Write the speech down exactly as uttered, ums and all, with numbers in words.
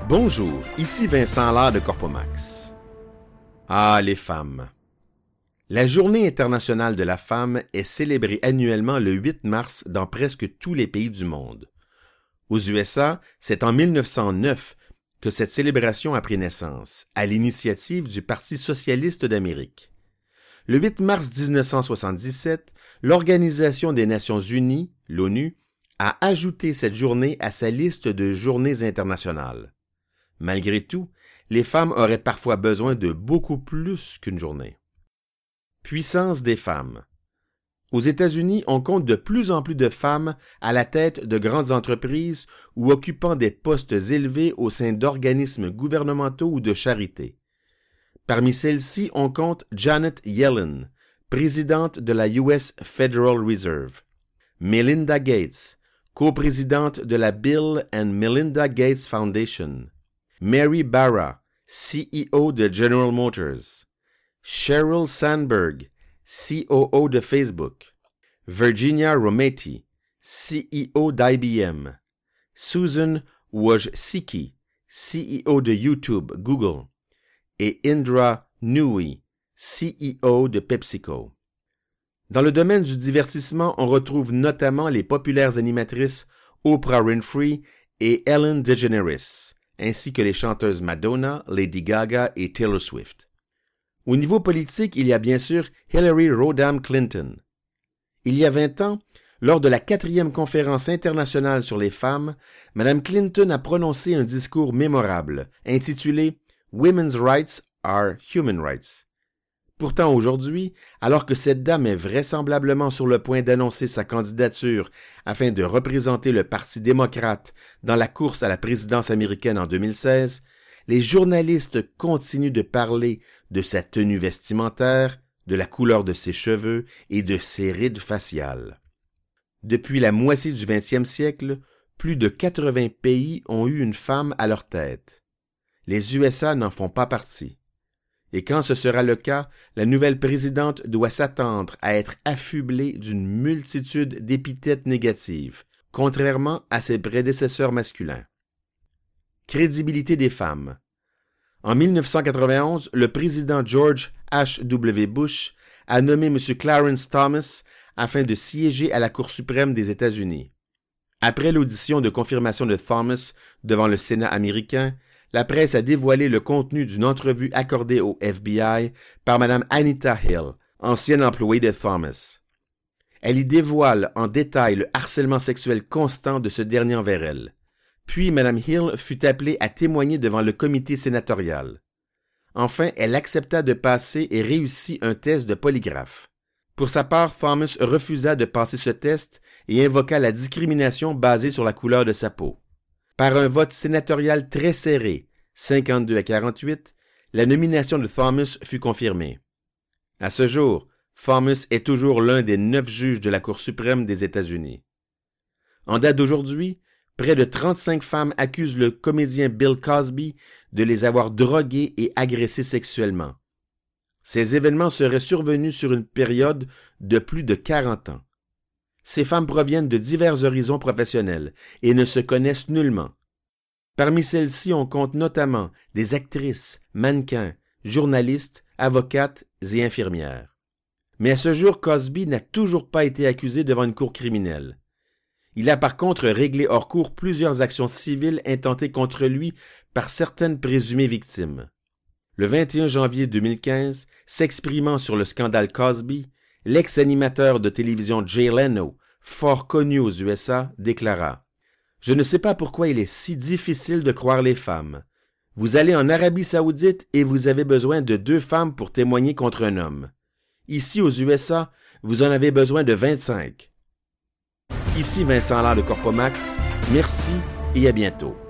Bonjour, ici Vincent Lard de Corpomax. Ah, les femmes. La Journée internationale de la femme est célébrée annuellement le huit mars dans presque tous les pays du monde. Aux U S A, c'est en mille neuf cent neuf que cette célébration a pris naissance, à l'initiative du Parti socialiste d'Amérique. Le huit mars mille neuf cent soixante-dix-sept, l'Organisation des Nations unies, l'ONU, a ajouté cette journée à sa liste de journées internationales. Malgré tout, les femmes auraient parfois besoin de beaucoup plus qu'une journée. Puissance des femmes. Aux États-Unis, on compte de plus en plus de femmes à la tête de grandes entreprises ou occupant des postes élevés au sein d'organismes gouvernementaux ou de charité. Parmi celles-ci, on compte Janet Yellen, présidente de la U S Federal Reserve, Melinda Gates, coprésidente de la Bill and Melinda Gates Foundation, Mary Barra, C E O de General Motors, Sheryl Sandberg, C O O de Facebook, Virginia Rometty, C E O d'I B M, Susan Wojcicki, C E O de YouTube, Google, et Indra Nooyi, C E O de PepsiCo. Dans le domaine du divertissement, on retrouve notamment les populaires animatrices Oprah Winfrey et Ellen DeGeneres, ainsi que les chanteuses Madonna, Lady Gaga et Taylor Swift. Au niveau politique, il y a bien sûr Hillary Rodham Clinton. Il y a vingt ans, lors de la quatrième conférence internationale sur les femmes, Mme Clinton a prononcé un discours mémorable, intitulé « Women's Rights are Human Rights ». Pourtant aujourd'hui, alors que cette dame est vraisemblablement sur le point d'annoncer sa candidature afin de représenter le Parti démocrate dans la course à la présidence américaine en deux mille seize, les journalistes continuent de parler de sa tenue vestimentaire, de la couleur de ses cheveux et de ses rides faciales. Depuis la moitié du vingtième siècle, plus de quatre-vingts pays ont eu une femme à leur tête. Les U S A n'en font pas partie. Et quand ce sera le cas, la nouvelle présidente doit s'attendre à être affublée d'une multitude d'épithètes négatives, contrairement à ses prédécesseurs masculins. Crédibilité des femmes. En mille neuf cent quatre-vingt-onze, le président George H W Bush a nommé M. Clarence Thomas afin de siéger à la Cour suprême des États-Unis. Après l'audition de confirmation de Thomas devant le Sénat américain, la presse a dévoilé le contenu d'une entrevue accordée au F B I par Mme Anita Hill, ancienne employée de Thomas. Elle y dévoile en détail le harcèlement sexuel constant de ce dernier envers elle. Puis Mme Hill fut appelée à témoigner devant le comité sénatorial. Enfin, elle accepta de passer et réussit un test de polygraphe. Pour sa part, Thomas refusa de passer ce test et invoqua la discrimination basée sur la couleur de sa peau. Par un vote sénatorial très serré, cinquante-deux à quarante-huit, la nomination de Thomas fut confirmée. À ce jour, Thomas est toujours l'un des neuf juges de la Cour suprême des États-Unis. En date d'aujourd'hui, près de trente-cinq femmes accusent le comédien Bill Cosby de les avoir droguées et agressées sexuellement. Ces événements seraient survenus sur une période de plus de quarante ans. Ces femmes proviennent de divers horizons professionnels et ne se connaissent nullement. Parmi celles-ci, on compte notamment des actrices, mannequins, journalistes, avocates et infirmières. Mais à ce jour, Cosby n'a toujours pas été accusé devant une cour criminelle. Il a par contre réglé hors cour plusieurs actions civiles intentées contre lui par certaines présumées victimes. Le vingt et un janvier deux mille quinze, s'exprimant sur le scandale Cosby, l'ex-animateur de télévision Jay Leno, fort connu aux U S A, déclara « Je ne sais pas pourquoi il est si difficile de croire les femmes. Vous allez en Arabie Saoudite et vous avez besoin de deux femmes pour témoigner contre un homme. Ici aux U S A, vous en avez besoin de vingt-cinq. » Ici Vincent Lard de Corpomax, merci et à bientôt.